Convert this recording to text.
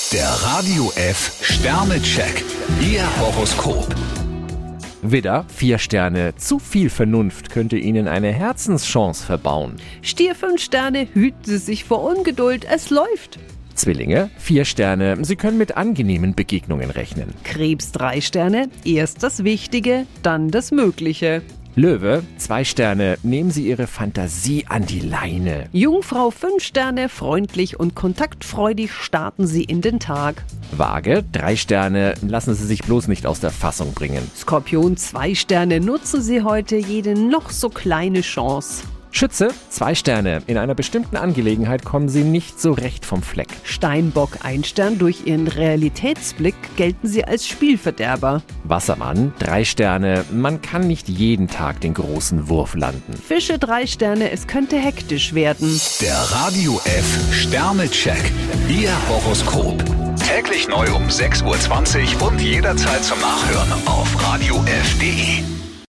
Der Radio F Sternecheck. Ihr Horoskop. Widder, 4 Sterne. Zu viel Vernunft könnte Ihnen eine Herzenschance verbauen. Stier 5 Sterne, hüten Sie sich vor Ungeduld, es läuft. Zwillinge, 4 Sterne. Sie können mit angenehmen Begegnungen rechnen. Krebs 3 Sterne, erst das Wichtige, dann das Mögliche. Löwe, 2 Sterne. Nehmen Sie Ihre Fantasie an die Leine. Jungfrau 5 Sterne, freundlich und kontaktfreudig starten Sie in den Tag. Waage, 3 Sterne. Lassen Sie sich bloß nicht aus der Fassung bringen. Skorpion 2 Sterne, nutzen Sie heute jede noch so kleine Chance. Schütze, 2 Sterne. In einer bestimmten Angelegenheit kommen Sie nicht so recht vom Fleck. Steinbock 1 Stern, durch Ihren Realitätsblick gelten Sie als Spielverderber. Wassermann, 3 Sterne. Man kann nicht jeden Tag den großen Wurf landen. Fische 3 Sterne, es könnte hektisch werden. Der Radio F Sternecheck. Ihr Horoskop. Täglich neu um 6:20 Uhr und jederzeit zum Nachhören auf